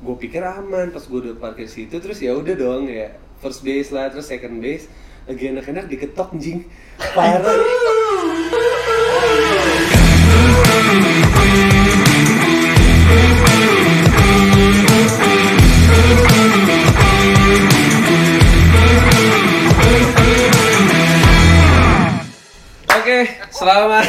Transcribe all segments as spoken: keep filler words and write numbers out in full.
gue pikir aman pas gue udah parkir situ, terus ya udah dong ya first base lah, terus second base lagi enak-enak diketok anjing parah. Oke, selamat.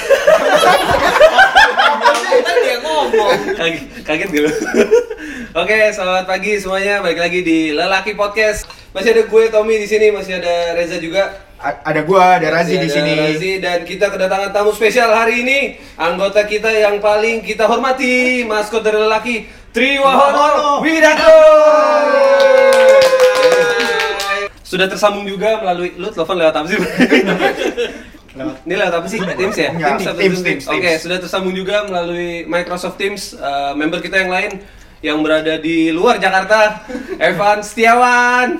Dia ngomong. Kaget, kaget dulu. Oke, selamat pagi semuanya. Balik lagi di Lelaki Podcast. Masih ada gue Tommy di sini, masih ada Reza juga. A- ada gua, ada Razi di sini. Razi, dan kita kedatangan tamu spesial hari ini. Anggota kita yang paling kita hormati, maskot dari Lelaki, Triwahono Widato. Sudah tersambung juga melalui, lu telepon lewat apa sih? Ini lewat apa sih? Teams ya? Enggak, Teams, atau Teams, Zoom? Teams, Oke, Teams. sudah tersambung juga melalui Microsoft Teams. Uh, member kita yang lain yang berada di luar Jakarta, Evan Setiawan.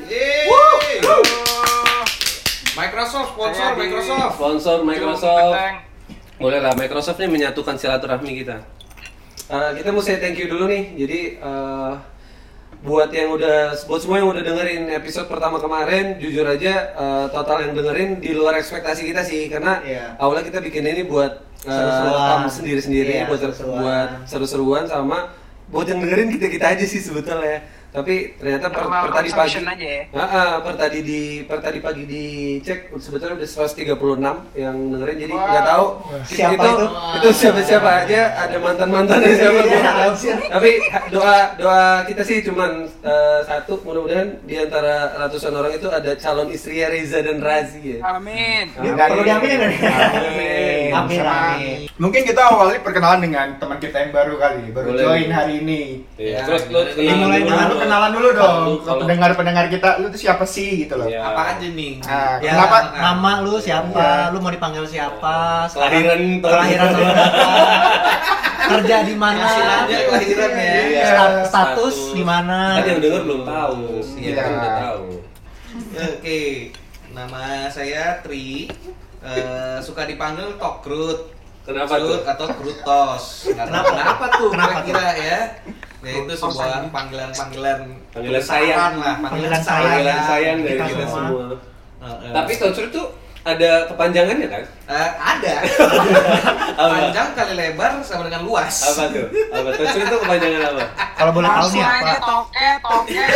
Microsoft sponsor Microsoft. Sponsor Microsoft. Boleh lah, Microsoft ini menyatukan silaturahmi kita. Uh, kita mau say thank you dulu nih. Jadi uh, buat yang udah, buat semua yang udah dengerin episode pertama kemarin, jujur aja uh, total yang dengerin di luar ekspektasi kita sih, karena Iya. awalnya kita bikin ini buat uh, Seru-seruan. rekam sendiri-sendiri, Iya, buat seru-seruan. buat seru-seruan sama buat yang dengerin kita-kita aja sih sebetulnya. Tapi ternyata per, per tadi pagi, aja ya. uh, uh, per tadi di per tadi pagi dicek sebetulnya udah seratus tiga puluh enam yang dengerin, jadi nggak Wow. tahu Siapa itu itu? itu siapa-siapa aja, ada mantan-mantannya siapa gua nggak tahu. Tapi ha- doa doa kita sih cuman uh, satu, mudah-mudahan di antara ratusan orang itu ada calon istrinya Reza dan Razi ya. Amin. Ini nggak perlu diaminin kan? Amin. Amin, amin. Mungkin kita awali perkenalan dengan teman kita yang baru kali, baru Boleh. join hari ini. Iya. Ya, Terus lu Dimulai dengan lu kenalan dulu Kalau dong, lu- ke kalau- pendengar-pendengar kita, lu tuh siapa sih gitu loh. Iya. Apa aja nih? Ah, Ya, kenapa? nama lu siapa? Iya. Lu mau dipanggil siapa? Kelahiran tahun- kelahiran tahun berapa? Kerja di mana? Kasih aja kelahiran ya. Iya. Sta- status Status. di mana? Kan yang denger belum tahu. Iya. Kita kan udah tahu. Oke, nama saya Tri. Eh, suka dipanggil Tokrut. Kenapa tuh? Krut atau Krutos. Kenapa? Kenapa tuh? Kenapa Kira-kira ya? Ya itu sebuah panggilan-panggilan Panggilan kebesaran sayang. lah, Panggilan sayang. Panggilan sayang dari Kita kita semua. semua. Eh, eh. Tapi Tocur tuh ada kepanjangannya kan? Eh, ada. Apa? Panjang kali lebar sama dengan luas. Apa tuh? Apa? Tocur itu kepanjangan apa? Kalau boleh tahu nih Langsung aja apa? toke, toke.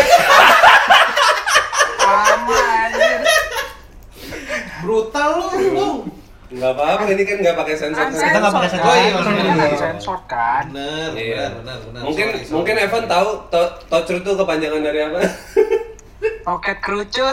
Lama anjir. Brutal lu, lu. Enggak apa-apa, ini kan enggak pakai sensor. Kita nggak pakai sensor. Oh iya, Kan iya. nggak sensor kan. Bener, Iya. bener, bener, bener. Mungkin Sorry, sorry. mungkin Evan tahu to- Tocur itu kepanjangan dari apa? Toket kerucut.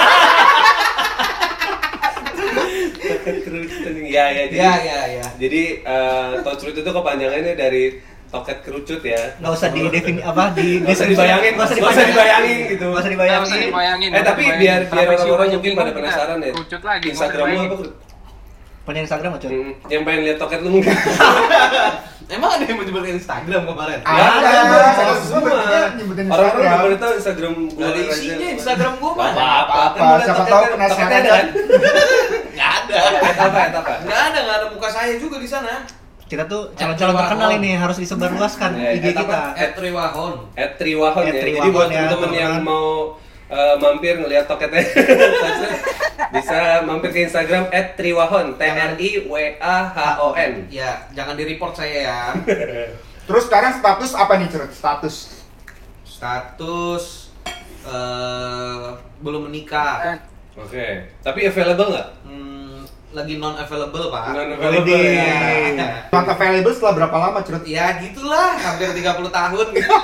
Ya ya jadi. Ya, ya, ya. Jadi eh, Tocur itu tuh kepanjangannya dari toket kerucut ya. Nggak usah di defin apa di Nggak usah dibayangin, nggak usah nggak usah dibayangin dibayangin gitu. Nggak usah Nggak dibayangin. usah dibayangin. Eh tapi biar biar Sampai orang-orang siapa mungkin bingung pada kita penasaran ya. kerucut lagi. Instagram lu apa? Krut? Punya Instagram aja. Hmm, yang pengen lihat toket lu mungkin. Emang ada yang menyebut Instagram kemarin? Ah, Nggak ada, ada, ada. semua. Sebenarnya nyebutin Orang-orang udah Instagram. pada tahu Instagram gua. Gak ada Raja. isinya Instagram gua mah. Nggak apa-apa. Apa, Kan udah siapa toket- tahu toketnya penasaran ada kan? Nggak ada. Toket apa? Toket apa? Nggak ada, nggak ada muka saya juga di sana. Kita tuh calon-calon terkenal ini harus disebarluaskan Ya, I G eta kita. At Triwahon. At Triwahon At ya. Jadi Triwahon buat ya, temen-temen yang teman-teman. mau eh, mampir ngelihat toketnya bisa mampir ke Instagram at Triwahon, T R I W A H O N. Ya, jangan di report saya ya. Terus sekarang status apa nih, Cerut? Status. Status eh belum menikah. Oke. Tapi available nggak? Hmm, lagi non available pak. Non available Widih. ya. Not available setelah berapa lama, Cerut? Ya gitulah, hampir tiga puluh tahun gitu.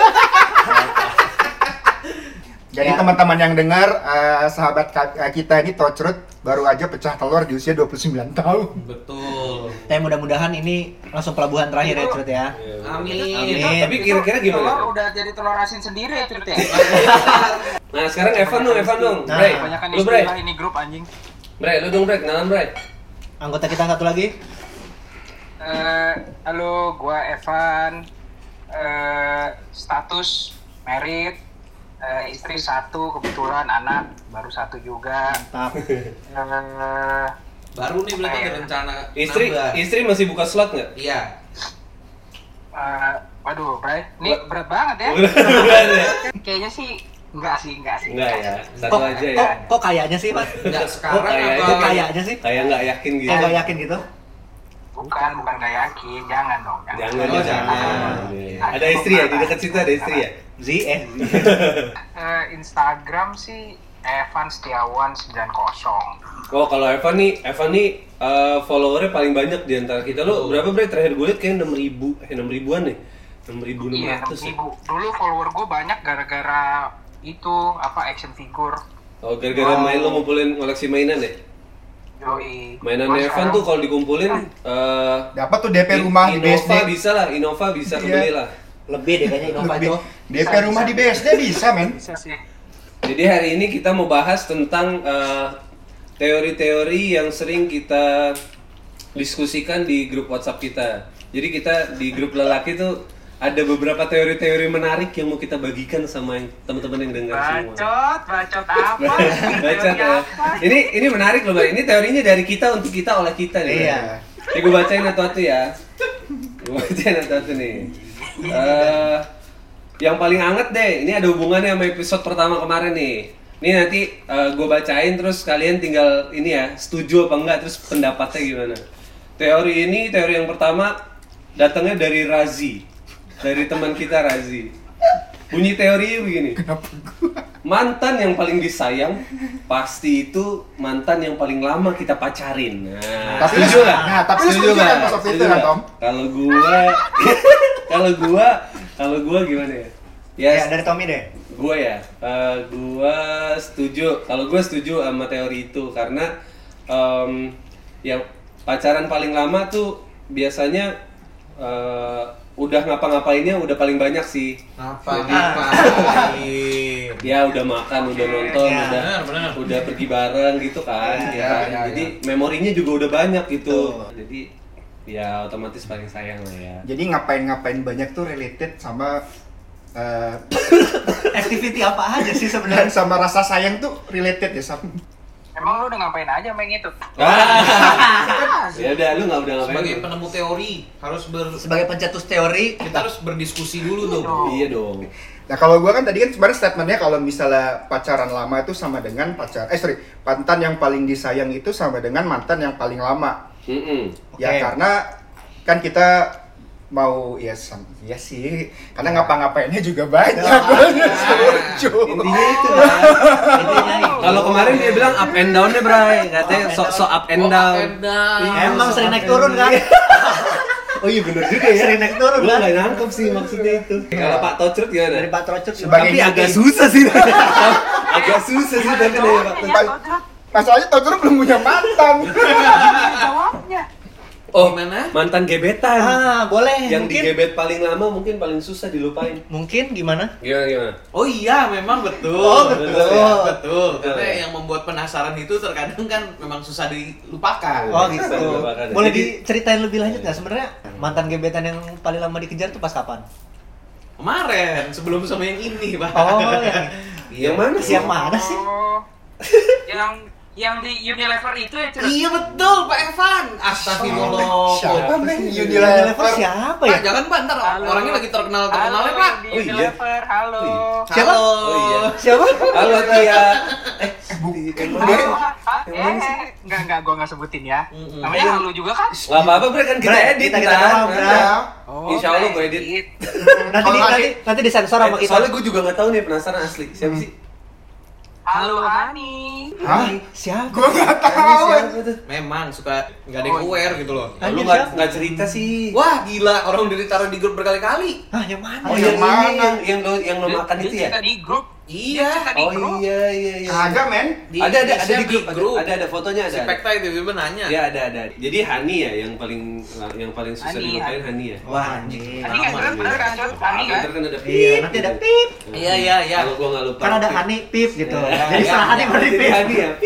Jadi Ya. teman-teman yang dengar, eh, sahabat ka- kita ini Tocrut baru aja pecah telur di usia dua puluh sembilan tahun. Betul. Tapi mudah-mudahan ini langsung pelabuhan terakhir ya, Cerut ya. Amin. Amin. Tapi kira-kira gimana? Telur udah jadi telur asin sendiri ya Cerut ya. Nah sekarang Evan dong, Evan dong. Nah, Bray, Kebanyakan lu Bray. istilah ini grup anjing. Bray, lu dong Bray, kenalan Bray. Anggota kita satu lagi. Eh, halo, gua Evan. Eh, status married. Eh, istri satu, kebetulan anak baru satu juga. Mantap. Eh, Baru nih berarti ada rencana Istri, nambah. istri masih buka slot nggak? Iya. eh, Waduh, Bray, ini berat banget ya. Berat ya? Kayaknya sih enggak sih, enggak sih. Enggak ya, satu Kok, aja kok, ya. kok kayaknya sih, Pak? Enggak Kok sekarang kayak- apa? Kok kayaknya sih? Kayak nggak yakin gitu. Kok nggak yakin gitu? Bukan, bukan enggak yakin, jangan dong. Jangan, Oh, jangan. jangan. Ada istri ya, di dekat situ ada istri ya? Z, eh. Eh, Instagram sih Evan Setiawan sembilan nol. Oh kalau Evan nih, Evan nih uh, followernya paling banyak di antara kita. Lo berapa Bre? Terakhir gue liat kayak enam ribu, eh enam ribuan nih. enam ribu enam Iya, ratus ya. ribu. Dulu follower gue banyak gara-gara itu apa action figure. Oh gara-gara main lo ngumpulin koleksi mainan ya? Yoi. Mainan Gua Evan sekarang- tuh kalau dikumpulin uh, Dapat tuh D P rumah di B S D. Innova bisa lah, Innova bisa Iya. kebeli lah. Lebih deh kayaknya Innova Lebih. itu. D P rumah di B S D bisa, men. Bisa sih. Jadi hari ini kita mau bahas tentang uh, teori-teori yang sering kita diskusikan di grup WhatsApp kita. Jadi kita di grup lelaki tuh ada beberapa teori-teori menarik yang mau kita bagikan sama yang- teman-teman yang dengar semua. Bacot, bacot apa? Baca Teori ya. apa? Ini ini menarik loh, Bang. Ini teorinya dari kita untuk kita oleh kita nih. Iya. Ini gue bacain satu-satu ya. Gue bacain satu-satu nih. Eh, yang paling anget deh, ini ada hubungannya sama episode pertama kemarin nih. Ini nanti gue bacain terus kalian tinggal ini ya, setuju apa enggak, terus pendapatnya gimana. Teori ini, teori yang pertama datangnya dari Razi. Dari teman kita Razi. Bunyi teori begini. Mantan yang paling disayang pasti itu mantan yang paling lama kita pacarin. Nah, Tapi setuju nggak? nah, tapi lu setuju nggak? kan pas waktu itu Setuju kan, nggak? Tom? Kalau gua kalau gua kalau gua gimana ya? Ya, Ya, dari Tommy deh. gua ya. eh, gua setuju. Kalau gua setuju sama teori itu karena em, yang pacaran paling lama tuh biasanya eh, udah ngapa-ngapainnya udah paling banyak sih. Apa Jadi- ngapain? Ya udah makan, udah nonton, Ya, udah benar, benar. udah pergi bareng gitu kan, Ya, ya, kan? ya, Jadi memorinya juga udah banyak gitu. Betul. Jadi ya otomatis paling sayang lah ya. Jadi ngapain-ngapain banyak tuh related sama eh, Activity apa aja sih dan sebenarnya? sama rasa sayang tuh related ya, Sam. Emang lu udah ngapain aja main itu? Ah, ya udah lu nggak udah ngapain? Sebagai penemu teori harus ber Sebagai pencetus teori, kita harus berdiskusi dulu dong. Iya dong. Nah kalau gua kan tadi kan sebenarnya statementnya kalau misalnya pacaran lama itu sama dengan pacar, eh sorry, mantan yang paling disayang itu sama dengan mantan yang paling lama. Mm-mm. Ya Oke. karena kan kita mau ya sam, ya sih, karena ngapa-ngapainnya juga banyak. Setuju. Intinya itu lah. intinya itu. Kalau kemarin dia bilang up and down-nya Bray, katanya Up and sok sok up and Oh, down. up and down. Emang sering naik turun kan? Oh iya bener juga ya. Sering naik turun Gua kan? nggak nangkep sih maksudnya itu. Kalau Pak Tocrut gimana? Dari Pak Trocuk Sebagai- Tapi agak susah sih. agak susah sih tapi dari Pak Tocrut. Masalahnya Tocrut belum punya mantan. Jawabnya. Oh, Gimana? mantan gebetan. Ah, boleh. Yang mungkin digebet paling lama mungkin paling susah dilupain. mungkin gimana? Gimana gimana? Oh iya, memang betul. Oh, betul. Ya, betul. Betul. Karena yang membuat penasaran itu terkadang kan memang susah dilupakan. Oh Bisa gitu. dilupakan. Boleh Jadi- diceritain lebih lanjut nggak sebenarnya mantan gebetan yang paling lama dikejar tuh pas kapan? Kemarin sebelum sama yang ini, Pak. Oh, yang Yang mana sih? Yang mana sih? Oh, yang yang di Unilever itu ya, Cur? Iya betul, Pak Evan. Astagfirullah. Siapa men? Unilever Unilever. siapa Pak, ya? jangan Pak, ntar Halo. orangnya lagi terkenal terkenalnya Halo, Pak. yang di Oh, iya. Unilever, halo. Siapa? Halo. Oh, iya. Siapa? Halo Tia. Eh, Bukan. Halo, ah, eh, enggak, enggak, gua nggak sebutin ya. Mm-mm. Namanya halo juga kan? nggak apa-apa Bre kan kita Bre, edit kita- kita ntar. doang, Bre. Ya. Insya Allah gue edit. Nanti di, nanti nanti disensor sama Eh, kita. soalnya gue juga nggak tahu nih penasaran asli. Siapa sih? Halo Hani. Hah? Siapa? Gua nggak Ini tahu. siapa tuh? Memang suka nggak ada yang Oh, aware gitu loh. Lu Anjir, nggak siapa? nggak cerita sih. Wah gila, orang udah ditaruh di grup berkali-kali. Ah, yang mana? Oh yang yang mana? ini yang yang lo yang lo makan itu ya? Kita di grup. Iya. Dia cerita di Oh grup. iya iya iya. Agak men. Di- ada ada ada di-share di grup, ada, ada ada fotonya Si ada. Pekta itu tiba nanya. Ya ada ada. Jadi Hani ya yang paling yang paling susah Hani, dilupain Hani ya. Wah, anjing. Hani nggak Lama, bener bener kan, Cur? Hani kan? Ntar kan ada Iya, nanti ada pip. Iya, iya, iya. Kalau gua nggak lupa. Kan ada pip. Hani pip gitu. Ya, Jadi ya, setelah Hani ya, baru jadi pip. Hani ya.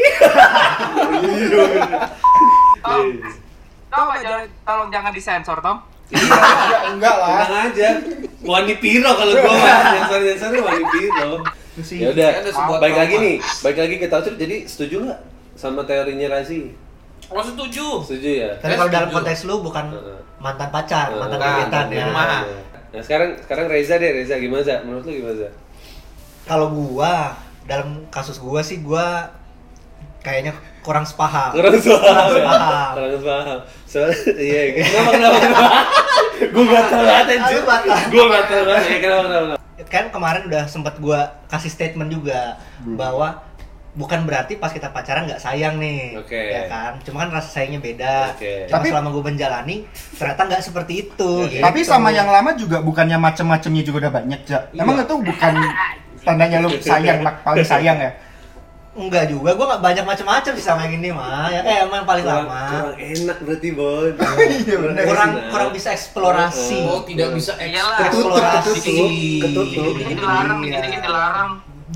Tom, Tom, jangan, tolong jangan disensor, Tom. Ya, enggak lah. Tenang aja. Wani Piro kalau gua mah sensor sensornya Wani Piro. Ya udah. Ada sebuah Baik lagi trauma. nih. Baik lagi ke Taucur. Jadi setuju nggak sama teorinya Razi? Oh setuju. Setuju ya. Tapi kalau dalam Setuju. konteks lu bukan Heeh. mantan pacar, mantan Bukan, gebetan di ya. rumah. Nah sekarang sekarang Reza deh, Reza gimana Za? Menurut lu gimana Za? Kalau gua dalam kasus gua sih gua kayaknya kurang sepaham. Kurang sepaham. Kurang sepaham. Kurang sepaham. Soalnya iya, kenapa kenapa? kenapa? Gua batal banget anjir. Lu batal. Gua batal banget. Ya, kenapa kenapa? Kan kemarin udah sempat gua kasih statement juga hmm. bahwa bukan berarti pas kita pacaran nggak sayang nih, okay. ya kan? Cuma kan rasa sayangnya beda. Okay. Cuma Tapi selama gue menjalani, ternyata nggak seperti itu. Okay. Gitu. Tapi sama yang lama juga bukannya macem-macemnya juga udah banyak, Ja. Emang itu bukan tandanya lu sayang, paling sayang ya? Enggak juga, gue nggak banyak macam-macam sih sama yang ini mah. Ya, eh emang paling kurang, lama. kurang enak berarti Bon. Iya benar. Kurang kurang bisa eksplorasi. Oh, tidak bisa Iyalah. eksplorasi. Ketutup. Dikit-dikit dilarang, dikit-dikit dilarang.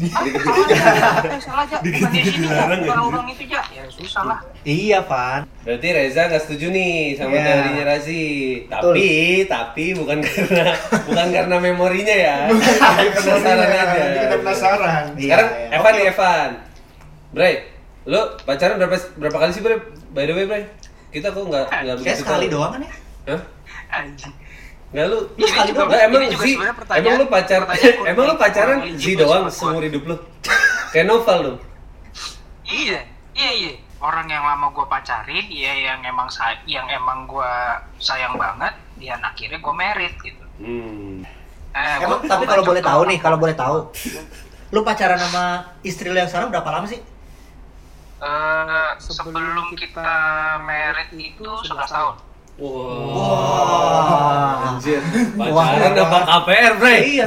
Salah aja, bukan di sini ya, bukan orang itu aja. Ya susah lah. Iya, Pan. Berarti Reza nggak setuju nih sama Yeah. teorinya Razi. Tapi, tapi bukan karena bukan karena memorinya ya. Tapi penasaran aja. Kita penasaran. Sekarang Iya, iya. Evan Oke. nih Evan. Bre, lu pacaran berapa berapa kali sih Bre? By the way Bre, kita kok nggak nggak Kayak begitu sekali tahu. doang kan ya? Hah? Anjing. Nggak lu? Lu sekali doang. Nggak, emang Ini juga sih? sebenarnya pertanyaan- Emang lu pacar? pertanyaan Emang lu kurang- pacaran kurang Zi eligible doang buat gua. seumur hidup lu? Kayak novel lu. Iya, iya, iya. Orang yang lama gue pacarin, iya yang emang say- yang emang gue sayang banget, dan akhirnya gue married gitu. Hmm. Eh, Emang gua- tapi gua kalau bacot boleh ke tahu orang. nih, kalau boleh tahu. Lu pacaran sama istri lu yang sekarang berapa lama sih? Eh, sebelum kita married itu sebelas tahun. Wow. Wah. Anjir. Wah. Pacaran apa K P R, Bre? Iya.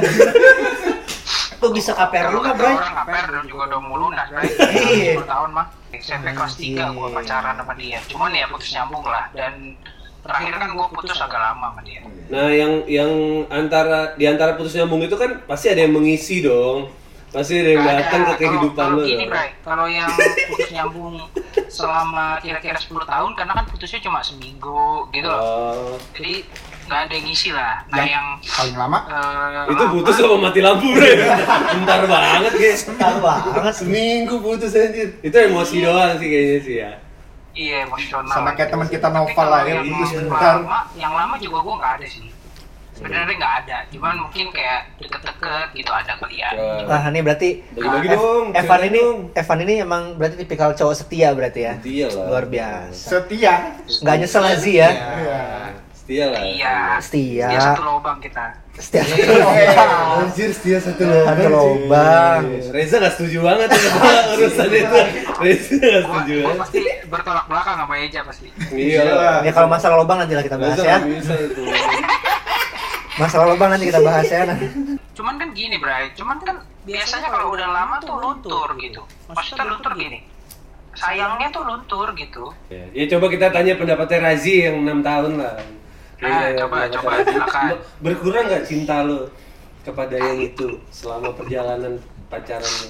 Lu bisa K P R lu Kalau nggak, kata Bray? orang K P R dan juga udah mau lunas, Bray. Iya. sepuluh tahun mah. S M P kelas tiga gue Iya. pacaran sama dia. Cuman ya putus nyambung lah. Dan terakhir kan gue putus agak lama sama dia. Nah, yang yang antara di antara putus nyambung itu kan pasti ada yang mengisi dong. Pasti ada yang Nggak datang ada. ke kehidupan Kalau- lo. kalau gini, dong. Bray, kalau yang putus nyambung selama kira-kira sepuluh tahun, karena kan putusnya cuma seminggu gitu loh. Oh. Jadi nggak ada yang ngisi lah. Nah yang, Paling lama eh, Itu lama- putus sama mati lampu, Bre. Bentar banget, guys. Tahu banget. Seminggu putus anjir. Itu emosi doang sih kayaknya sih ya. Iya emosional. Sama kayak teman kita Tapi Noval kalau lah ya, yang putus bentar. lama, yang lama juga gue nggak ada sih. Sebenarnya nggak ada, cuman mungkin kayak deket-deket gitu ada kali ya. Nah, ini berarti Bagi-bagi Ev- dong. Evan ceritain ini dong. Evan ini emang berarti tipikal cowok setia berarti ya. Setia lah. Luar biasa. setia. Nggak nyesel Azi ya. Iya. Setia lah. Iya. Setia. Dia satu lubang kita. Setia satu lubang. Anjir, setia satu Satu lubang. Reza gak setuju banget ya sama urusan itu. Reza gak setuju Gue banget. pasti bertolak belakang sama Eja pasti. Iya lah. Ya kalau masalah lubang nanti lah kita bahas Reza ya. gak bisa itu. Masalah lubang nanti kita bahas ya. Nah. Cuman kan gini, Bray. Cuman kan biasanya kalau udah lama tuh luntur gitu. Maksudnya luntur gini. Sayangnya tuh luntur gitu. Ya coba kita tanya pendapatnya Razi yang enam tahun lah. Ah, Kira-kira coba, berapa coba, tahun? silakan. Berkurang nggak cinta lo kepada yang itu selama perjalanan pacaran lo?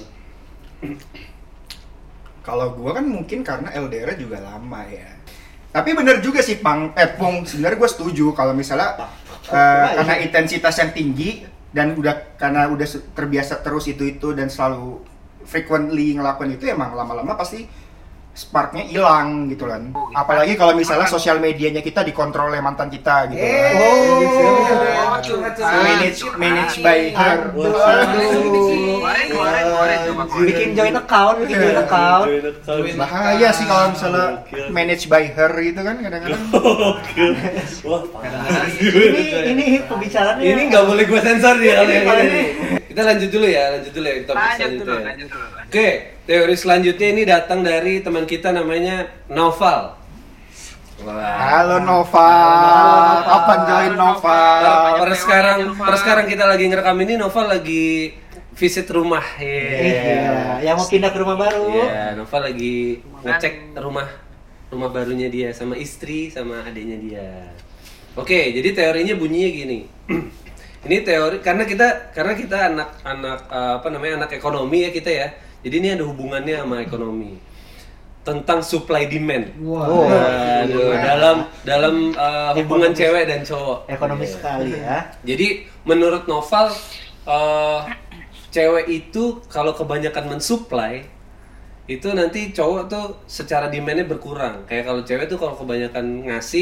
Kalau gua kan mungkin karena L D R juga lama ya. Tapi bener juga sih Pang, eh Pong, sebenarnya gua setuju kalau misalnya eh, karena intensitas yang tinggi dan udah karena udah se- terbiasa terus itu itu dan selalu frequently ngelakuin itu emang lama-lama pasti sparknya hilang gitu kan. Oh, gitu. Apalagi kalau misalnya sosial medianya kita dikontrol oleh mantan kita gitu kan. Oh, curhat, curhat. Manage manage by her. Aduh. Kemarin, kemarin, kemarin coba kemarin. Bikin join account, bikin join account. Bahaya sih kalau misalnya manage by her gitu kan kadang-kadang. Wah, Ini ini pembicaraannya. ini nggak boleh gue sensor dia kalau yang ini. Kita lanjut dulu ya, lanjut dulu ya topik Lanjut selanjutnya. dulu, ya. lanjut dulu. lanjut. Oke, teori selanjutnya ini datang dari teman kita namanya Noval. Wah. Halo Nova, kapan join Nova? Per, per sekarang, per sekarang kita lagi ngerekam ini Noval lagi visit rumah. Iya, yang mau pindah ke rumah baru. Iya, Noval lagi ngecek rumah rumah barunya dia sama istri sama adiknya dia. Oke, jadi teorinya bunyinya gini. Ini teori karena kita karena kita anak-anak uh, apa namanya anak ekonomi ya kita ya. Jadi ini ada hubungannya sama ekonomi. Tentang supply demand. Wow. Aduh, dalam dalam uh, hubungan cewek dan cowok. Ekonomi Iya. sekali ya. Jadi menurut Noval uh, cewek itu kalau kebanyakan mensupply itu nanti cowok tuh secara demandnya berkurang. Kayak kalau cewek tuh kalau kebanyakan ngasih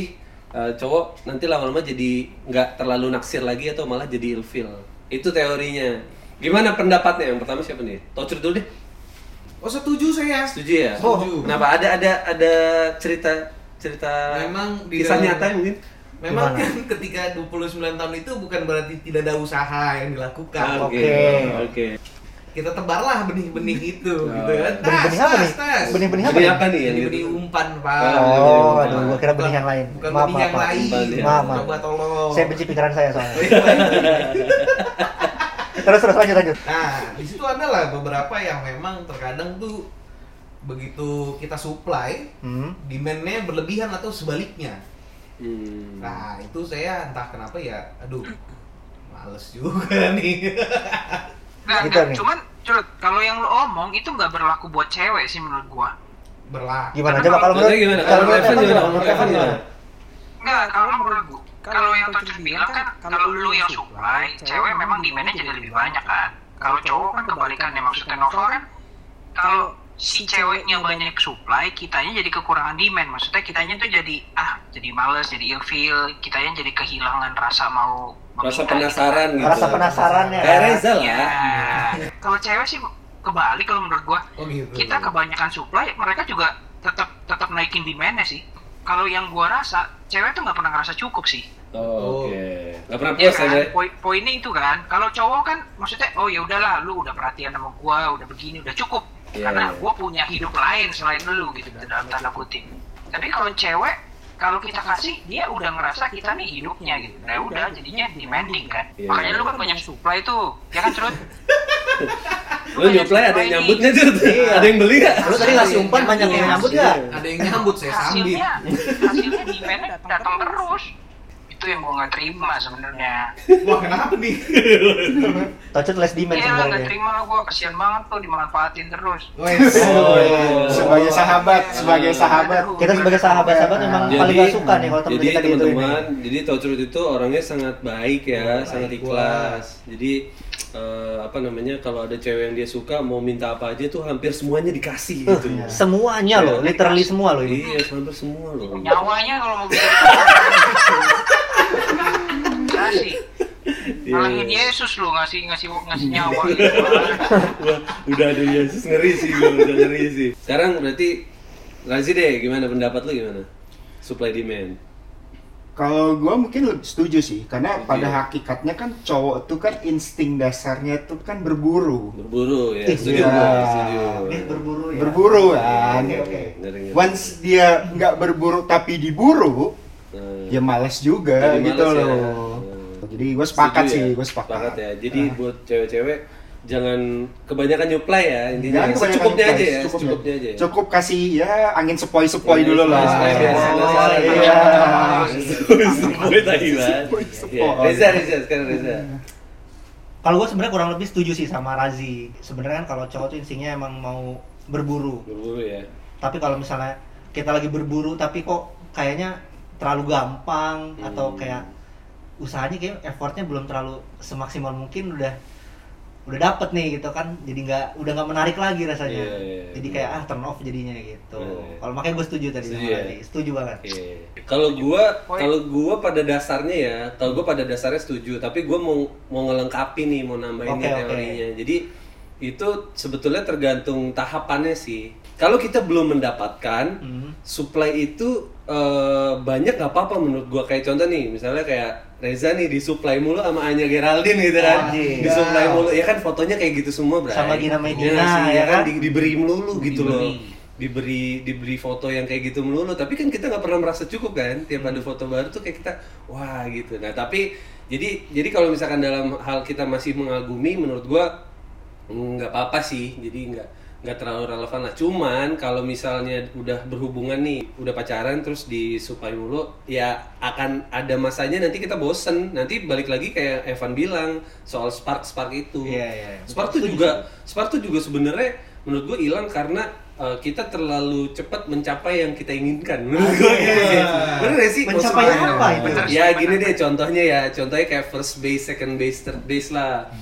uh, cowok nanti lama-lama jadi nggak terlalu naksir lagi atau malah jadi ilfil. Itu teorinya. Gimana pendapatnya? Yang pertama siapa nih? Tocur dulu deh. Oh setuju saya. Setuju ya? Setuju. Kenapa? Ada ada ada cerita cerita Memang di kisah dalam- nyata mungkin? Memang Gimana? kan ketika dua puluh sembilan tahun itu bukan berarti tidak ada usaha yang dilakukan. Oke. Oke. Oke. Kita tebarlah benih-benih itu, Oh. gitu kan. Tas, Benih-benih apa tas, nih? tas. Benih-benih apa Benih nih? apa nih yang Benih-benih gitu? umpan, Pak. Oh, Oh, benih-benih aduh, umpan. gua kira benih yang lain. Bukan Maaf, benih maaf, yang maaf. lain. Umpan, ya. Maaf, maaf. Coba tolong. Saya benci pikiran saya soalnya. Oh, iya, iya. Terus terus lanjut lanjut. Nah, di situ adalah beberapa yang memang terkadang tuh begitu kita supply, Hmm. demand-nya berlebihan atau sebaliknya. Hmm. Nah, itu saya entah kenapa ya, aduh, males juga nih. Nggak, Gitu nggak. nih. Cuman, Curut, kalau yang lo omong itu nggak berlaku buat cewek sih menurut gua. Berlaku. Gimana Karena coba kalau menurut Maksudnya gimana? kalau Kalau menurut Evan Evan gimana? gimana? Menurut Menurut Evan Evan gimana? gimana? Enggak, kalau menurut gua, kalau yang Tocur bilang kan, kalau lu yang supply, cewek memang demand-nya jadi lebih banyak kan. Kalau cowok kan kebalikannya, maksudnya Nova kan, kalau si ceweknya banyak supply, kitanya jadi kekurangan demand. Maksudnya kitanya tuh jadi, ah, jadi males, jadi ilfeel, kitanya jadi kehilangan rasa mau Rasa meminta penasaran gitu. Rasa penasaran ya. Kayak Reza gitu. lah. Ya, kalau cewek sih kebalik kalau menurut gua. Oh gitu. Kita kebanyakan supply, mereka juga tetap tetap naikin demand-nya sih. Kalau yang gua rasa, cewek tuh nggak pernah ngerasa cukup sih. Oh, Oke. Gak pernah Iya puas ya, kan? Bre? Poin poinnya itu kan. Kalau cowok kan maksudnya, oh ya udahlah, lu udah perhatian sama gua, udah begini, udah cukup. Iya, Karena iya. gua punya hidup lain selain lu gitu dalam tanda kutip. Tapi kalau cewek, kalau kita kasih, dia udah ngerasa kita nih hidupnya gitu. Nah udah, jadinya demanding kan. Iya. Makanya lu kan banyak supply tuh, ya kan Curut? Lu nyuplai ada yang nyambut nggak, Jut? Iya. Ada yang beli nggak? Lu tadi ngasih umpan banyak yang nyambut nggak? Ada yang nyambut saya sambit. Hasilnya, hasilnya demand-nya datang terus. Itu yang gua nggak terima sebenarnya. Wah, kenapa nih? Tocur les demand Iya nggak sebenarnya. terima lah gua, kasihan banget tuh dimanfaatin terus. Wes. Oh. Sebagai sahabat, sebagai sahabat. Kita sebagai sahabat-sahabat memang Jadi- paling gak suka nih kalau teman Jadi kita gitu teman-teman, jadi Tocur itu orangnya sangat baik ya, Baik, sangat ikhlas. Jadi eh, apa namanya, kalau ada cewek yang dia suka mau minta apa aja tuh hampir semuanya dikasih gitu. Semuanya loh, literally semua loh ini. Iya, hampir semua loh. Nyawanya kalau mau bisa kasih. Ngalahin Yesus lu ngasih ngasih ngasih nyawa gitu. Wah, udah ada Yesus, ngeri sih gua, udah ngeri sih. Sekarang berarti Razi deh, gimana pendapat lu gimana? Supply demand. Kalau gue mungkin lebih setuju sih, karena Setuju pada ya? hakikatnya kan cowok tuh kan insting dasarnya tuh kan berburu, Berburu ya, Ih, setuju iya. gua, setuju. Ini berburu ya. berburu kan. Oke, Oke. oke. Ngeri, ngeri. Once dia nggak berburu tapi diburu, Nah, ya males juga jadi gitu males ya. loh. Nah. Jadi gue sepakat Setuju sih, ya? gue sepakat. Sepakat ya. Jadi Ah. buat cewek-cewek jangan kebanyakan nyuplai ya intinya. Jangan kebanyakan Secukupnya nyuplai, aja ya, secukupnya. secukupnya aja. ya. Cukup kasih ya angin sepoi-sepoi Ya, dulu lah. sepoi, sepoi, biasa, biasa. Iya. Sepoi tadi kan. Sepoi-sepoi. Iya, Reza, Reza, sekarang Reza. Kalau gue sebenarnya kurang lebih setuju sih sama Razi. Sebenarnya kan kalau cowok tuh instingnya emang mau berburu. Berburu ya. Tapi kalau misalnya kita lagi berburu tapi kok kayaknya terlalu gampang Hmm. atau kayak usahanya kayak effortnya belum terlalu semaksimal mungkin udah udah dapet nih gitu kan, jadi nggak udah nggak menarik lagi rasanya. Iya, iya, Jadi iya. kayak ah turn off jadinya gitu. Iya. Kalau makanya gue setuju tadi Setuju sama ya? Razi. Setuju banget. Oke. Kalau gua, kalau gua pada dasarnya ya, kalau gua pada dasarnya setuju, tapi gua mau mau ngelengkapi nih, mau nambahin Oke, nih oke. teorinya. Jadi itu sebetulnya tergantung tahapannya sih. Kalau kita belum mendapatkan Hmm. supply itu eh, banyak nggak apa-apa menurut gua. Kayak contoh nih, misalnya kayak Reza nih disuplai mulu sama Anya Geraldine gitu kan. Anjir. Disuplai mulu. Ya kan fotonya kayak gitu semua, Bray. Sama Gina Medina, Ya, sih, ya ya kan kan? di- diberi melulu gitu loh. Diberi. Diberi diberi foto yang kayak gitu melulu, tapi kan kita nggak pernah merasa cukup kan. Tiap ada foto baru tuh kayak kita wah gitu. Nah, tapi jadi jadi kalau misalkan dalam hal kita masih mengagumi, menurut gua nggak apa-apa sih. Jadi nggak nggak terlalu relevan lah. Cuman kalau misalnya udah berhubungan nih, udah pacaran terus disuplai mulu, ya akan ada masanya nanti kita bosen. Nanti balik lagi kayak Evan bilang soal spark spark itu. Iya, iya. Spark tuh Setuju juga spark tuh juga sebenarnya menurut gue hilang karena uh, kita terlalu cepat mencapai yang kita inginkan. Menurut gue gitu sih. Bener gak sih? Mencapai Maksudnya- apa itu? Bener. Ya gini deh contohnya ya, contohnya kayak first base, second base, third base lah.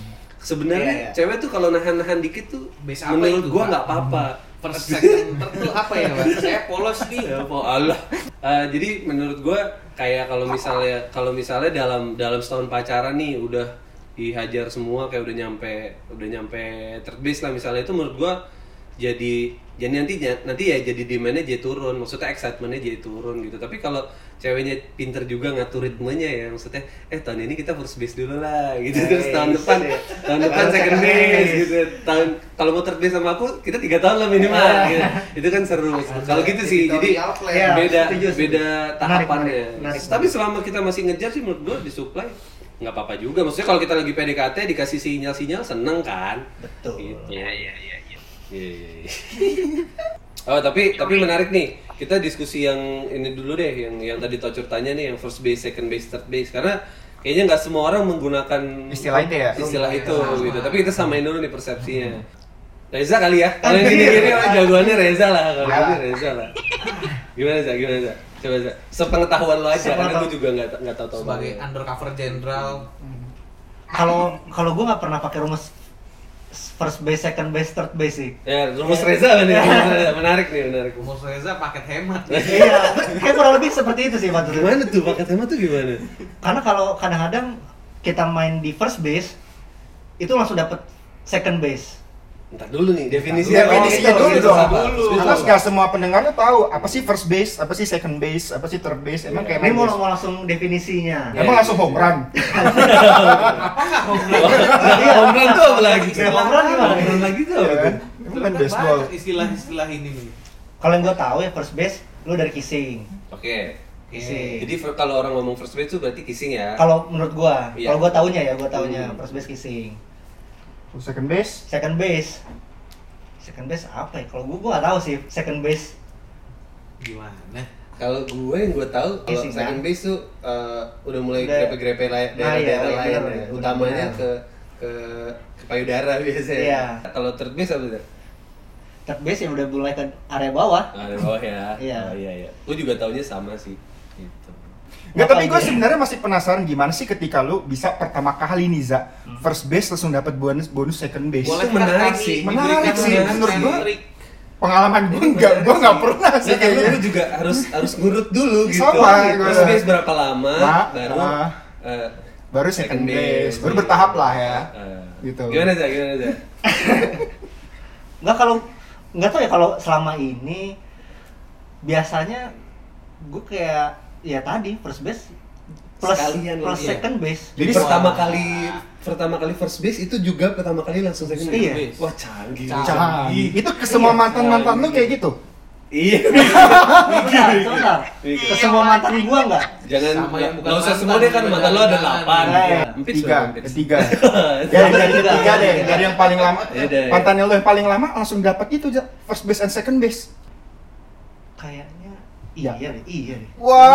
sebenarnya Iya, iya. cewek tuh kalau nahan-nahan dikit tuh Base apa menurut itu, gua Pak? nggak apa-apa. First second third tuh apa ya, Pak? Saya polos nih. Ya po Allah. Eh, jadi menurut gua kayak kalau misalnya kalau misalnya dalam dalam setahun pacaran nih udah dihajar semua kayak udah nyampe udah nyampe third base lah misalnya, itu menurut gua jadi jadi nanti nanti ya jadi demand-nya jadi turun, maksudnya excitement-nya jadi turun gitu. Tapi kalau ceweknya pinter juga ngatur ritmenya ya, maksudnya eh tahun ini kita first base dulu lah gitu, terus tahun depan tahun depan second base gitu, tahun kalau mau third base sama aku kita tiga tahun lah minimal gitu. Itu kan seru kalau gitu sih. Jadi Editorial plan. Ya, beda setuju, setuju. beda tahapannya. menarik, menarik. Tapi selama kita masih ngejar sih menurut gua di supply nggak apa-apa juga. Maksudnya kalau kita lagi P D K T dikasih sinyal-sinyal seneng kan. Betul. Gitu. Iya iya iya iya. Iya, iya, iya. Oh tapi tapi menarik nih, kita diskusi yang ini dulu deh, yang yang tadi Tocur tanya nih, yang first base, second base, third base, karena kayaknya nggak semua orang menggunakan Istilah itu ya? istilah itu gitu. Tapi kita samain dulu nih persepsinya. Reza kali ya, kalau yang gini-gini oh, jagoannya Reza lah, kalau ini Reza lah. Gimana Za? Gimana Za? Coba Za. Sepengetahuan lo aja, karena gue juga nggak nggak tahu tahu Sebagai undercover general. Kalau kalau gue nggak pernah pakai rumus first base, second base, third base sih. Ya, rumus Reza kan ya, rumus Reza. Menarik nih, menarik. Rumus Reza paket hemat. Iya, kayak kurang lebih seperti itu sih maksudnya. Gimana tuh paket hemat tuh gimana? Karena kalau kadang-kadang kita main di first base itu langsung dapet second base. Entar dulu nih, definisinya apa? Definisinya Oh, dulu itu dong. apa? Karena nggak semua pendengarnya tahu apa sih first base, apa sih second base, apa sih third base. Emang kayak Ini main mau, base. mau langsung definisinya. Emang langsung home run. Apa enggak home run? Iya, home run tuh apa lagi? Iya, home run gimana? Home run lagi tuh apa tuh? Emang main baseball. Banyak istilah-istilah ini nih. Kalau yang gue tahu ya first base, lu dari kissing. Oke. Kissing. Jadi fir- kalau orang ngomong first base tuh berarti kissing ya? Kalau menurut gua, Iya. kalau gua taunya ya, gua taunya Hmm. first base kissing. Second base. Second base. Second base apa ya? Kalau gua gua nggak tahu sih second base. Gimana? Kalau gue yang gue tahu kalau Kissing, second kan? base tuh uh, udah mulai Udah- grepe-grepe lain Nah, daerah-daerah iya, lain benar, ya. benar, Utamanya benar. ke ke ke payudara biasanya. Iya. Kalau third base apa tuh? Third base yang udah mulai ke area bawah. Ah, di bawah ya. Iya. Oh, iya iya. Gue juga taunya sama sih. Gitu. Nggak, tapi gue Makanya. sebenarnya masih penasaran gimana sih ketika lu bisa pertama kali nih Za, Hmm. first base langsung dapat bonus bonus second base. Boleh. Itu menarik kami sih. Menarik diberikan sih, dengan menurut gua. trik. Pengalaman gue enggak, gue nggak pernah sih Nah, karena kayaknya. lu juga harus harus ngurut dulu gitu. Sama, First gua. base berapa lama, Nah, baru ah. eh, Baru second base, baru bertahap lah ya. Eh, Gitu. Gimana aja, gimana aja? Nggak kalau nggak tahu ya kalau selama ini biasanya gua kayak ya tadi first base plus Sekalian plus lagi ya? second base. Jadi Wah. pertama kali pertama kali first base itu juga pertama kali langsung second Iya. base. Wah, canggih. Canggih. Itu ke semua mantan-mantan lu kayak gitu? Iya. Sebentar, sebentar. Ke semua mantan gua nggak? Jangan Sama yang bukan nggak usah mantan, semua deh kan juga mantan lo ada jangan. delapan. Nah, iya. Empit Tiga, sudah, empit. ketiga. Ya, dari ketiga deh, dari yang paling lama. Iya deh. Mantannya lu yang paling lama langsung dapat itu Za, first base and second base. Kayaknya Ya. iya deh, iya deh.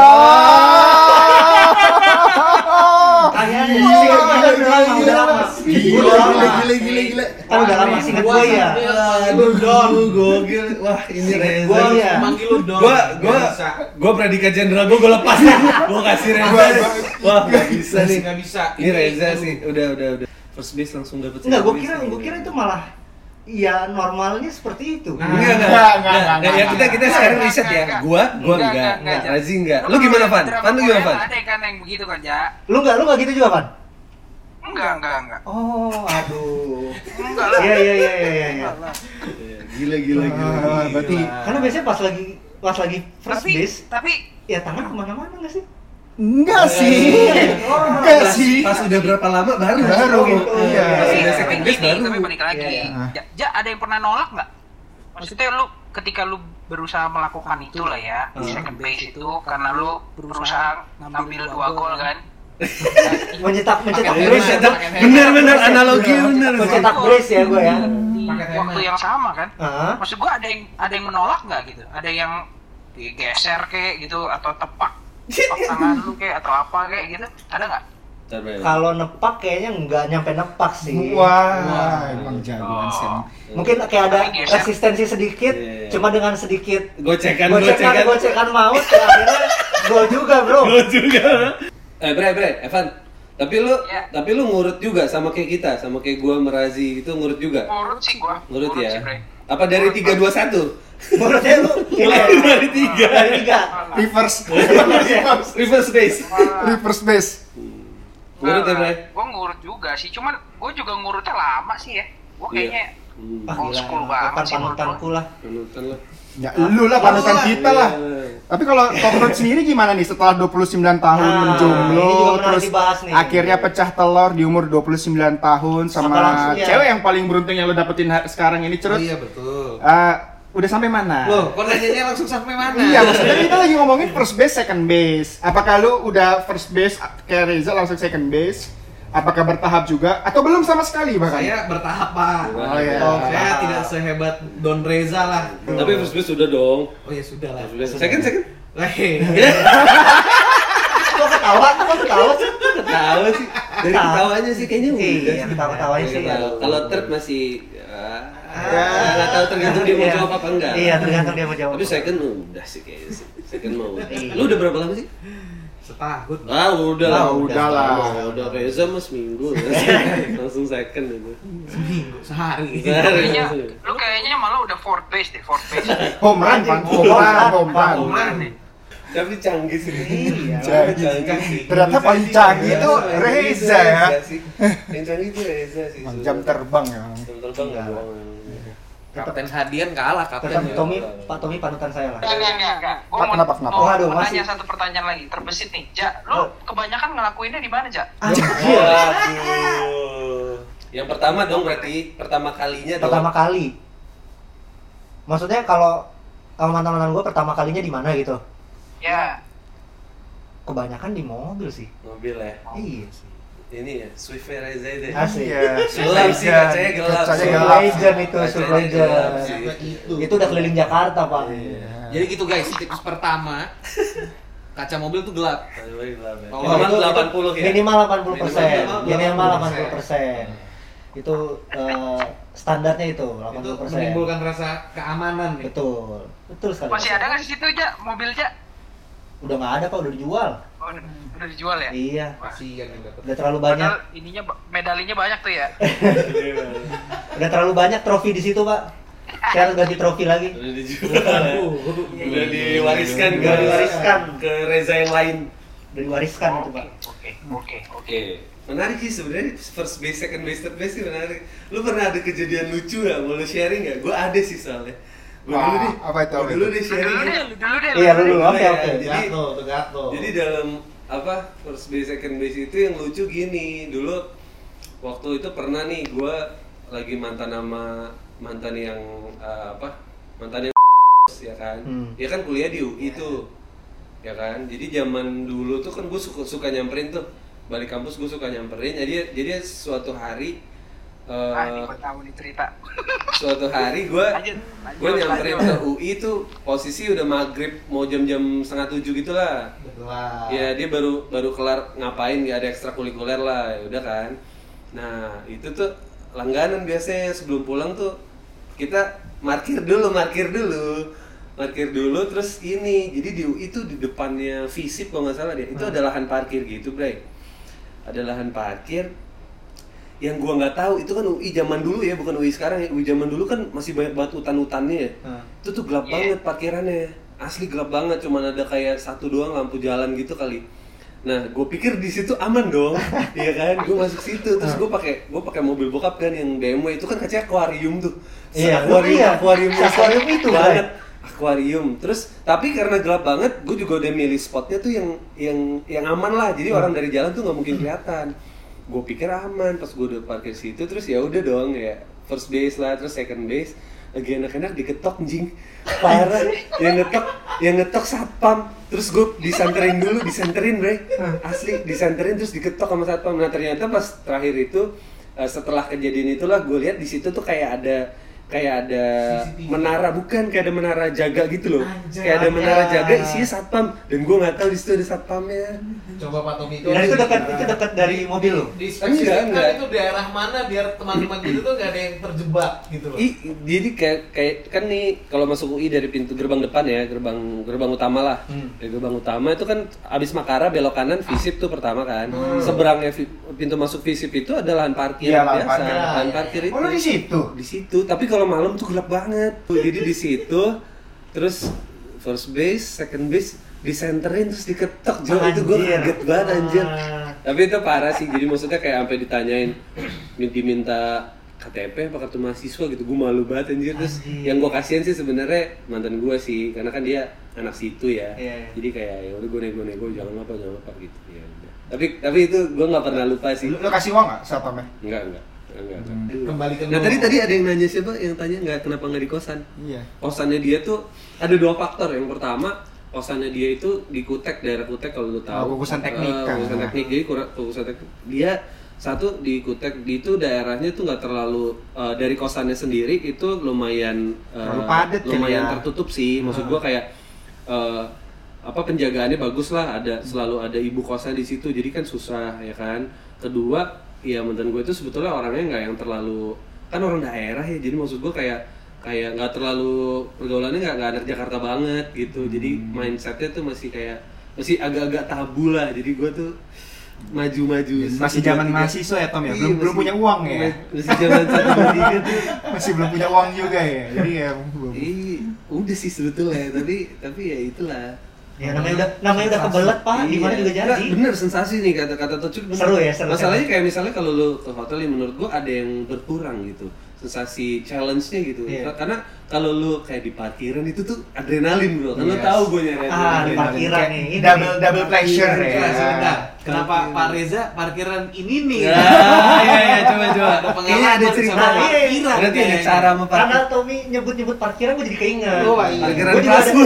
Wah. Kayaknya Wah, sih udah lama, udah lama. Gila, Udah lama. gila, gila, gila, gila. Kan udah lama singkat gue ya. Aduh, don, gokil. Wah, ini Reza. Gua iya. Manggil lu dong. Gua gua Nggak bisa. gua predikat jenderal gua gua lepas. Gua kasih Reza. Gua- Wah, enggak bisa nih. Nggak bisa. Ini Reza sih. Udah, udah, udah. First base langsung dapat. Enggak, gua kira gua kira itu malah ya normalnya seperti itu. Nah, Enggak, enggak, Enggak, enggak, enggak, enggak. enggak, Ya kita kita sekarang enggak, riset ya. enggak, Gua, gua enggak, enggak. enggak, enggak, Razi enggak. Lu gimana, Van? Drama Van lu gimana, Korea Van? Ada kan yang begitu kan, Ja? Lu enggak, lu enggak gitu juga, Pan? Enggak, enggak, enggak. Oh, aduh. Enggak lah. Iya, iya, iya, iya, iya. Enggak lah. Gila, gila, gila. Ah, gila. berarti Karena biasanya pas lagi pas lagi first Tapi, base, tapi ya tangan kemana-mana nggak sih? enggak sih. Enggak Pas- sih. Pas udah berapa lama baru? Baru, gitu. iya. Pas tapi, udah tapi second base gini, baru. tapi balik lagi. Iya, iya. Ja, Ja, ada yang pernah nolak nggak? Maksudnya lu ketika lu berusaha melakukan itu lah ya, di Hmm. second base itu karena lu berusaha ngambil dua gol kan? Mencetak mencetak Pakai brace ya, hemat, Bang. pakai hemat. Bener-bener analogi bener. Mencetak brace ya gue ya. Di Pakai waktu hemat. yang sama kan? Heeh. Maksud gua ada yang ada yang menolak nggak gitu? Ada yang digeser kayak gitu atau tepak tepak tangan lu kayak atau apa kayak gitu? Ada nggak? Kalau nepak kayaknya nggak nyampe nepak sih. Wah, emang jagoan sih. Oh. Mungkin kayak ada Tapi geser. resistensi sedikit, Iya, iya. cuma dengan sedikit Gocekan, gocekan gocekan. gocekan maut ya akhirnya gol juga, Bro. Gua juga. Eh, Bre, Bre, Evan. Tapi lu, Ya. tapi lu ngurut juga sama kayak kita, sama kayak gua Merazi itu ngurut juga. Ngurut sih gua. Ngurut ya. sih, Bre. Apa dari Ngurut, tiga dua satu? Menurutnya lu Mulai dari tiga. dari tiga. Reverse. Reverse base. Reverse base. Ngurut ya, Bray? Gue ngurut juga sih, cuman gue juga ngurutnya lama sih ya. Gue kayaknya Hmm. Ah, old gila, school ya. banget Papan sih menurut panutanku lah. Panutan lah. Ya lu lah panutan kita lah. Iya. Tapi kalau Top Road sendiri gimana nih setelah dua puluh sembilan tahun Nah, menjomblo ini juga menarik terus dibahas nih. akhirnya pecah telur di umur dua puluh sembilan tahun sama, Sama langsung ya. cewek yang paling beruntung yang lu dapetin ha- sekarang ini Oh Cerut. iya betul. Eh, udah sampai mana? Loh, kok nanyanya langsung sampai mana? Iya, maksudnya kita lagi ngomongin first base, second base. Apakah lu udah first base kayak Reza langsung second base? Apakah bertahap juga atau belum sama sekali bahkan? Saya bertahap, Pak. Oh, iya. Oh, saya tidak sehebat Don Reza lah. Tapi first base sudah dong. Oh ya sudah lah. First base. Second, second. Hei. Kok ketawa? Kok ketawa sih? Ketawa sih. Dari ketawanya sih kayaknya udah. Iya, ketawa-ketawanya sih. Kalau kalau third masih ya, Ya. nggak tahu tergantung dia mau Iya. jawab apa enggak. Iya, tergantung dia mau jawab. Tapi second udah sih kayaknya sih. Second mau. Iya. Lu udah berapa lama sih? Setahun. Ah udah lah. Ah, udah lah. Ya udah Reza mas seminggu. Langsung second itu. Seminggu, sehari. kayaknya lu kayaknya malah udah fourth base deh, fourth base. Home run, Pan. Home run, home run. Home run. Tapi canggih sih. Iya. Canggih. Ternyata paling canggih itu Reza ya. sih. Yang canggih itu Reza sih. Jam terbang ya. Jam terbang nggak bohong. Kapten Hadian kalah Tetap kapten. Tommy, Pak Tommy panutan saya lah. Enggak, enggak, enggak, enggak. Gue mau, Kenapa, kenapa? mau Waduh, tanya masih. satu pertanyaan lagi, terbesit nih. Ja, lu Oh. kebanyakan ngelakuinnya di mana, Ja? Waduh. Yang pertama dong berarti pertama kalinya dong. Pertama kali. Maksudnya kalau sama mantan-mantan gue pertama kalinya di mana gitu? Ya. Kebanyakan di mobil sih. Mobil ya. Iya. Ini ya, Swift Reza itu. ya. Asik. Iya. Gelap sih, kacanya gelap. Kacanya sih. gelap. Legend itu, Kacanya super legend. gelap sih. Itu. Itu udah keliling Jakarta, Pak. Iya. Jadi gitu guys, tips pertama kaca mobil tuh gelap. Kacanya gelap ya. Oh, Minimal itu- delapan puluh ya. Minimal delapan puluh persen. Minimal Minimal delapan puluh delapan puluh persen. Itu eh, standarnya itu delapan Itu puluh persen. menimbulkan rasa keamanan nih. Betul. Betul sekali. Masih ada nggak di situ, Ja? Mobil, Ja? Udah nggak ada, Pak, udah dijual. Oh, udah, udah dijual ya? Iya. Kasihan yang dapat. Udah terlalu banyak. Padahal ininya ba- medalinya banyak tuh ya. Udah terlalu banyak trofi di situ, Pak. Saya harus ganti trofi lagi. Udah dijual. Udah diwariskan ke Udah diwariskan. ke Reza yang lain. Udah diwariskan itu, Pak. Oke, oke, oke. Oke, menarik sih sebenarnya first base, second base, third base sih menarik. Lu pernah ada kejadian lucu nggak? Mau lu sharing nggak? Gue ada sih soalnya. Gue dulu Wah, deh. apa itu, Gua apa dulu itu? deh Lu sharing. dulu deh, lu dulu deh. Iya, lu dulu. Dulu Oke, ya, oke. Jadi, Tegato, tegato. jadi dalam apa first base, second base itu yang lucu gini. Dulu waktu itu pernah nih gue lagi mantan sama mantan yang eh, apa? Mantan yang ya kan? Hmm. Dia kan kuliah di U I tuh. Ya kan? Jadi zaman dulu tuh kan gue suka suka nyamperin tuh. Balik kampus gue suka nyamperin. Jadi jadi suatu hari eh, Ah, ini gua tahu nih cerita. suatu hari gue Lanjut, lanjut, gue nyamperin lanjut. ke U I tuh posisi udah maghrib mau jam-jam setengah tujuh gitu lah. Gelap. Ya dia baru baru kelar ngapain, nggak ada ekstrakurikuler lah, ya udah kan. Nah itu tuh langganan biasanya sebelum pulang tuh kita parkir dulu, parkir dulu, parkir dulu terus ini. Jadi di U I tuh di depannya Visip kalau nggak salah dia itu ada lahan parkir gitu, Bray. Ada lahan parkir yang gua nggak tahu itu kan U I zaman dulu ya, bukan U I sekarang ya. U I zaman dulu kan masih banyak banget hutan-hutannya ya. Hmm. Itu tuh gelap Iya. banget parkirannya. Asli gelap banget, cuman ada kayak satu doang lampu jalan gitu kali. Nah, gue pikir di situ aman dong, iya kan? Gue masuk situ, terus gue pakai gue pakai mobil bokap kan yang B M W itu kan kacanya akuarium tuh. Iya, akuarium, iya. akuarium, Akuarium itu, banget. Akuarium. Terus tapi karena gelap banget, gue juga udah milih spotnya tuh yang yang yang aman lah. Jadi orang dari jalan tuh nggak mungkin kelihatan. Gue pikir aman, pas gue udah parkir situ, terus ya udah dong ya first base lah, terus second base. Lagi enak-enak diketok anjing, parah. Yang ngetok, yang ngetok satpam. Terus gue disanterin dulu, disanterin bre, asli disanterin terus diketok sama satpam. Nah ternyata pas terakhir itu uh, setelah kejadian itulah gue lihat di situ tuh kayak ada kayak ada C C T V. menara, bukan kayak ada menara jaga gitu loh. Anjay. Kayak ada menara jaga isinya satpam dan gue nggak tahu di situ ada satpamnya. Coba Pak Tommy Dan itu dekat itu dekat dari mobil lo. Di Enggak, spesifikkan enggak. itu daerah mana biar teman-teman gitu tuh gak ada yang terjebak gitu loh. I, jadi kayak kayak kan nih kalau masuk U I dari pintu gerbang depan ya, gerbang gerbang utama lah. Hmm. Dari gerbang utama itu kan abis Makara belok kanan visip tuh pertama kan. Seberangnya vi- pintu masuk visip itu ada lahan parkir Iya, lahan biasa, parkir. lahan parkir itu. Oh, lu di situ? Di situ, tapi kalau malam tuh gelap banget. Jadi di situ terus first base, second base disenterin terus diketok. Jo, itu gue Anjir. kaget banget anjir. Ah. Tapi itu parah sih. Jadi maksudnya kayak sampai ditanyain diminta K T P apa kartu mahasiswa gitu. Gue malu banget anjir. Terus Anjir. yang gue kasihan sih sebenarnya mantan gue sih, karena kan dia anak situ ya. Iya, iya. Jadi kayak ya udah gue nego-nego jangan apa jangan apa gitu. Ya udah. Tapi tapi itu gue nggak pernah lupa sih. Lu, lu kasih uang nggak satpamnya? Enggak enggak. Enggak, enggak. Kembali ke Nah nol. tadi tadi ada yang nanya siapa yang tanya nggak kenapa nggak di kosan? Iya. Kosannya dia tuh ada dua faktor. Yang pertama kosannya dia itu di Kutek, daerah Kutek kalau lu tahu. Oh, kukusan teknik Eh, kan. Kukusan teknik jadi kurang kukusan teknik. Dia satu di Kutek itu daerahnya tuh nggak terlalu eh, dari kosannya sendiri itu lumayan eh, Terlalu padat kali lumayan ya. tertutup sih. Maksud gua kayak eh, apa penjagaannya bagus lah, ada selalu ada ibu kosan di situ. Jadi kan susah ya kan. Kedua, ya mantan gue itu sebetulnya orangnya nggak yang terlalu kan orang daerah ya. Jadi maksud gue kayak kayak nggak terlalu pergaulannya nggak nggak anak Jakarta banget gitu. Jadi mindsetnya tuh masih kayak masih agak-agak tabu lah. Jadi gue tuh maju-maju Masih satu, zaman dua, tiga. mahasiswa ya Tom ya? Iya, Belum belum masih- punya uang ya? Masih zaman satu dua tiga tuh. Masih belum punya uang juga ya. Jadi ya belum. Ih, udah sih sebetulnya, tapi tapi ya itulah. Ya namanya udah namanya udah kebelet Pak, di mana Iya. juga Nggak, jadi. bener sensasi nih kata-kata Tocuk bener. Seru ya, seru, Masalahnya seru. kayak misalnya kalau lu ke hotel yang menurut gua ada yang berkurang gitu. Sensasi challenge-nya gitu. Iya. Karena kalau lu kayak di parkiran itu tuh adrenalin bro. Kan lu Yes. tahu gua nyari Ah, di adrenalin. parkiran Kayak nih. Ini double nih. double pleasure ya. Nah, sebentar. Kenapa Pak Reza parkiran ini nih? Ya, iya iya coba coba. Ada pengalaman Kayaknya ada cerita. sama parkiran Berarti ada kayaknya. cara Karena memparkir. Tommy nyebut-nyebut parkiran gue jadi keinget. Oh, iya. Parkiran Gua juga kelas ada- bu.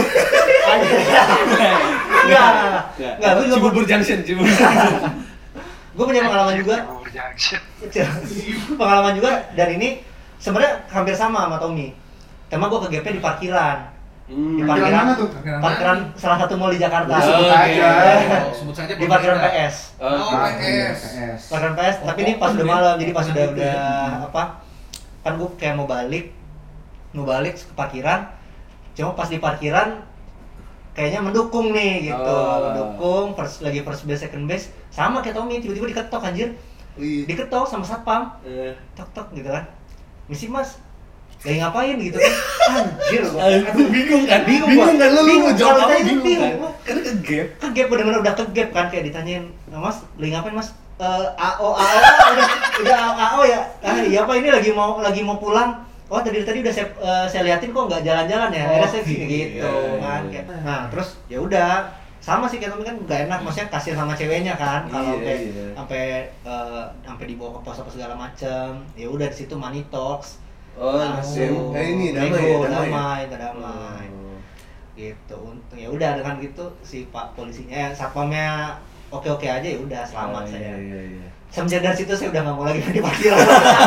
Enggak, enggak, gue juga Cibubur Junction, Cibubur Junction. gue punya pengalaman juga. Cibubur Junction. Pengalaman juga dan ini sebenarnya hampir sama sama Tommy. Tema gue ke G P di parkiran. Di Hmm. Parkiran mana tuh? Parkiran salah satu mall di Jakarta. Udah sebut Oke. aja. Oh, sebut saja Di parkiran P S. Oh, Ah, P iya, S. P S. Parkiran P S, tapi ini pas open udah ya? malam, jadi pas Open udah gitu udah ya? apa? Kan gue kayak mau balik, mau balik ke parkiran. Cuma pas di parkiran kayaknya mendukung nih gitu, Oh. mendukung first lagi first base second base sama kayak Tommy tiba-tiba diketok anjir, Wih. diketok sama satpam, Eh. tok tok gitu kan, misi mas, lagi ngapain gitu kan, anjir, gua. Aduh, bingung kan? Bingung, bingung gua. kan lu, lu Bingung, mau jawab kalau apa ditanya bingung bingung, kan? gua. Karena ke gap. Ke gap bener-bener udah ke gap kan, kayak ditanyain, nah, mas lagi ngapain mas? Eh, A O A O udah udah A O ya, ah iya pak ini lagi mau lagi mau pulang. Oh tadi tadi udah saya eh, saya liatin kok nggak jalan-jalan ya, akhirnya saya gini gitu iya, kan. iya. Kayak, nah terus ya udah sama sih kayak Tommy kan nggak enak, maksudnya kasihan sama ceweknya kan kalau Iya, sampai iya. sampai eh, sampai dibawa ke pos apa segala macem. Ya udah di situ money talks. Oh, Langsung sim. Eh ini damai nego, ya, damai. ya? damai, udah damai. Oh. Gitu. Untung ya udah dengan gitu si Pak polisinya, eh, satpamnya oke-oke aja ya udah selamat Oh, saya. Iya, iya, iya. Semenjak dari situ saya udah nggak mau lagi di parkiran.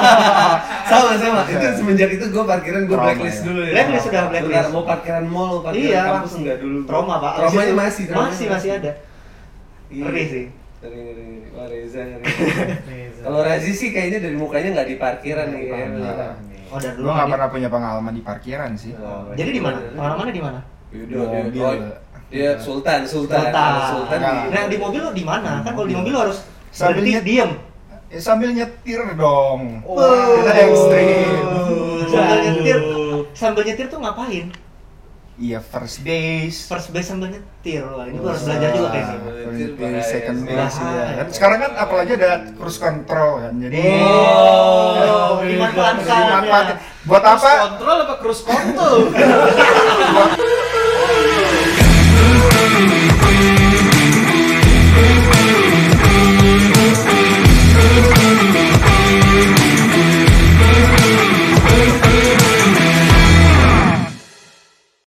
Sama sama. Itu semenjak itu gue parkiran gue Trauma blacklist ya. dulu ya. Blacklist sudah, blacklist. Nggak, mau parkiran mall, mau parkiran Iya, kampus langsung. enggak dulu. Trauma pak. Traumanya Abis itu masih. traumanya masih masih ada. Iya. Ngeri sih. Ngeri, ngeri, ngeri. Wah Reza, ngeri. Kalau Razi sih kayaknya dari mukanya nggak di parkiran nih kayaknya. Enggak. Oh dari dulu. Gua nggak dia- pernah punya pengalaman di parkiran sih. Oh, Jadi di mana? Pengalamannya di mana? Yaudah, Mobil. dia, oh, dia Sultan, Sultan, Sultan. Sultan Enggak. di- Nah di mobil lo di mana? Kan kalau di mobil lo harus Sambil berhenti nyet- diem. Ya, sambil nyetir dong. Oh. Kita ekstrim. Sambil nyetir, sambil nyetir tuh ngapain? Iya first base. First base sambil nyetir. Wah, ini gua harus belajar juga kayaknya. First base, second Bahaya. base ya. Bahaya. Kan sekarang kan apalagi ada cruise control kan. Jadi Oh, dimanfaatkan ya. dimanfaatin. Buat apa? Kontrol apa cruise control?